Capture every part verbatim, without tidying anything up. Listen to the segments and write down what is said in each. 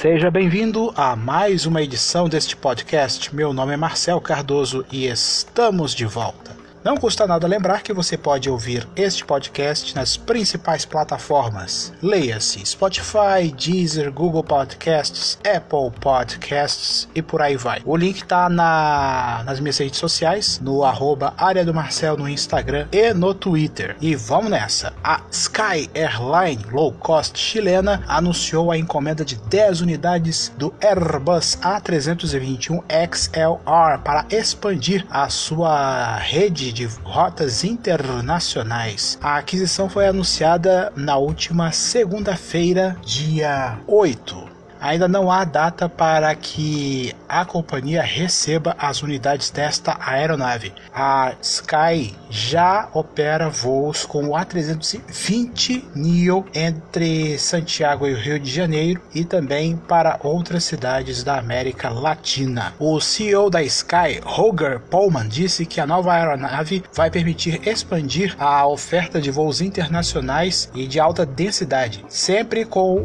Seja bem-vindo a mais uma edição deste podcast. Meu nome é Marcel Cardoso e estamos de volta. Não custa nada lembrar que você pode ouvir este podcast nas principais plataformas. Leia-se Spotify, Deezer, Google Podcasts, Apple Podcasts e por aí vai. O link está na, nas minhas redes sociais, no arroba Área do Marcel no Instagram e no Twitter. E vamos nessa. A Sky Airline Low Cost chilena anunciou a encomenda de dez unidades do Airbus A trezentos e vinte e um X L R para expandir a sua rede de rotas internacionais. A aquisição foi anunciada na última segunda-feira, dia oito. Ainda não há data para que a companhia receba as unidades desta aeronave. A Sky já opera voos com o A trezentos e vinte neo entre Santiago e o Rio de Janeiro e também para outras cidades da América Latina. O C E O da Sky, Roger Pullman, disse que a nova aeronave vai permitir expandir a oferta de voos internacionais e de alta densidade, sempre com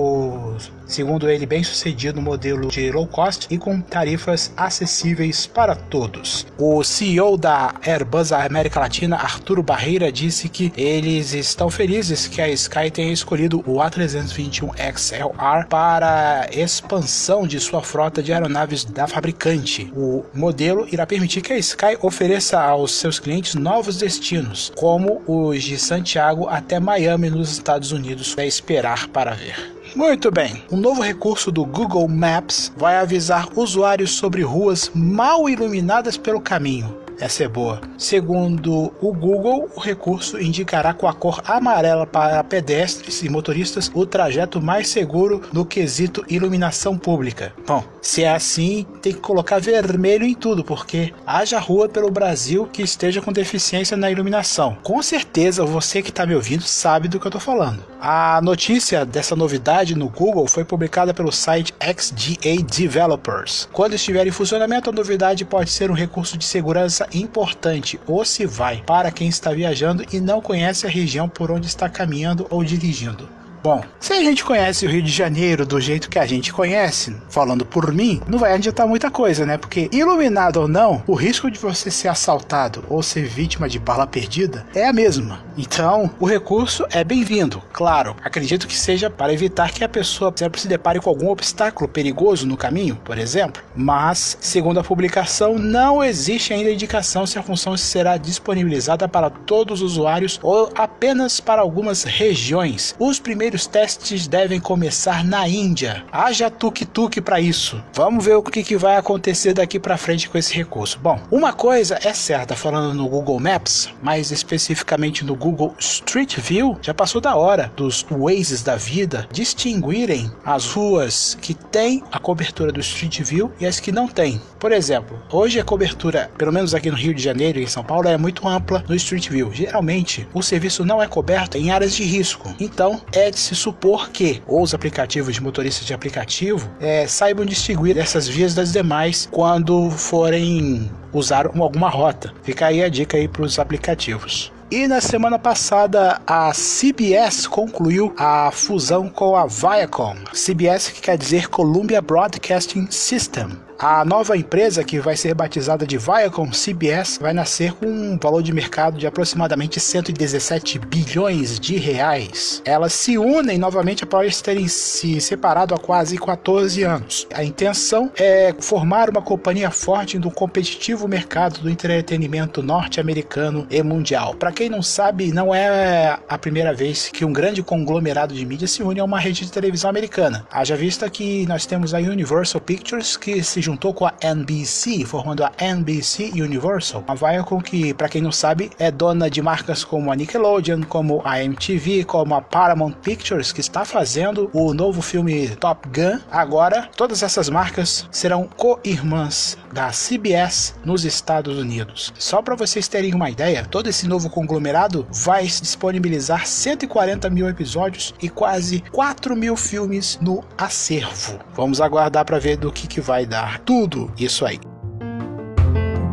o, segundo ele, bem sucedido modelo de low cost e com tarifas acessíveis para todos. O C E O da Airbus América Latina, Arturo Barreira, disse que eles estão felizes que a Sky tenha escolhido o A trezentos e vinte e um X L R para expansão de sua frota de aeronaves da fabricante. O modelo irá permitir que a Sky ofereça aos seus clientes novos destinos, como os de Santiago até Miami, nos Estados Unidos. É esperar para ver. Muito bem, um novo recurso do Google Maps vai avisar usuários sobre ruas mal iluminadas pelo caminho. Essa é boa. Segundo o Google, o recurso indicará com a cor amarela para pedestres e motoristas o trajeto mais seguro no quesito iluminação pública. Bom, se é assim, tem que colocar vermelho em tudo, porque haja rua pelo Brasil que esteja com deficiência na iluminação. Com certeza você que está me ouvindo sabe do que eu estou falando. A notícia dessa novidade no Google foi publicada pelo site X G A Developers. Quando estiver em funcionamento, a novidade pode ser um recurso de segurança importante, ou se vai, para quem está viajando e não conhece a região por onde está caminhando ou dirigindo. Bom, se a gente conhece o Rio de Janeiro do jeito que a gente conhece, falando por mim, não vai adiantar muita coisa, né? Porque, iluminado ou não, o risco de você ser assaltado ou ser vítima de bala perdida é a mesma. Então, o recurso é bem-vindo, claro. Acredito que seja para evitar que a pessoa sempre se depare com algum obstáculo perigoso no caminho, por exemplo. Mas, segundo a publicação, não existe ainda indicação se a função será disponibilizada para todos os usuários ou apenas para algumas regiões. Os primeiros Os testes devem começar na Índia. Haja tuk-tuk para isso. Vamos ver o que, que vai acontecer daqui para frente com esse recurso. Bom, uma coisa é certa, falando no Google Maps, mais especificamente no Google Street View, já passou da hora dos Wazes da vida distinguirem as ruas que têm a cobertura do Street View e as que não têm. Por exemplo, hoje a cobertura, pelo menos aqui no Rio de Janeiro e em São Paulo, é muito ampla no Street View. Geralmente, o serviço não é coberto em áreas de risco. Então, é de se supor que os aplicativos de motoristas de aplicativo é, saibam distinguir essas vias das demais quando forem usar alguma rota. Fica aí a dica aí para os aplicativos. E na semana passada a C B S concluiu a fusão com a Viacom. C B S, que quer dizer Columbia Broadcasting System. A nova empresa, que vai ser batizada de Viacom C B S, vai nascer com um valor de mercado de aproximadamente cento e dezessete bilhões de reais. Elas se unem novamente após terem se separado há quase quatorze anos. A intenção é formar uma companhia forte no competitivo mercado do entretenimento norte-americano e mundial. Para quem não sabe, não é a primeira vez que um grande conglomerado de mídia se une a uma rede de televisão americana. Haja vista que nós temos a Universal Pictures, que se juntou com a N B C, formando a N B C Universal. A Viacom, que, para quem não sabe, é dona de marcas como a Nickelodeon, como a M T V, como a Paramount Pictures, que está fazendo o novo filme Top Gun. Agora, todas essas marcas serão co-irmãs da C B S nos Estados Unidos. Só para vocês terem uma ideia, todo esse novo conglomerado vai disponibilizar cento e quarenta mil episódios e quase quatro mil filmes no acervo. Vamos aguardar para ver do que, que vai dar tudo isso aí.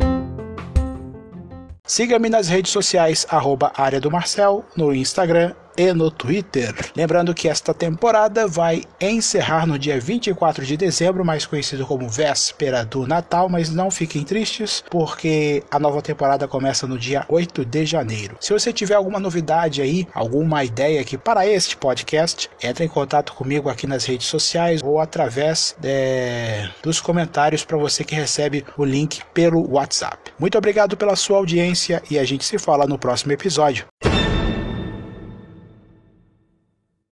Siga-me nas redes sociais, arroba Área do Marcel, no Instagram e no Twitter. Lembrando que esta temporada vai encerrar no dia vinte e quatro de dezembro, mais conhecido como véspera do Natal, mas não fiquem tristes, porque a nova temporada começa no dia oito de janeiro. Se você tiver alguma novidade aí, alguma ideia aqui para este podcast, entre em contato comigo aqui nas redes sociais ou através é, dos comentários para você que recebe o link pelo WhatsApp. Muito obrigado pela sua audiência e a gente se fala no próximo episódio.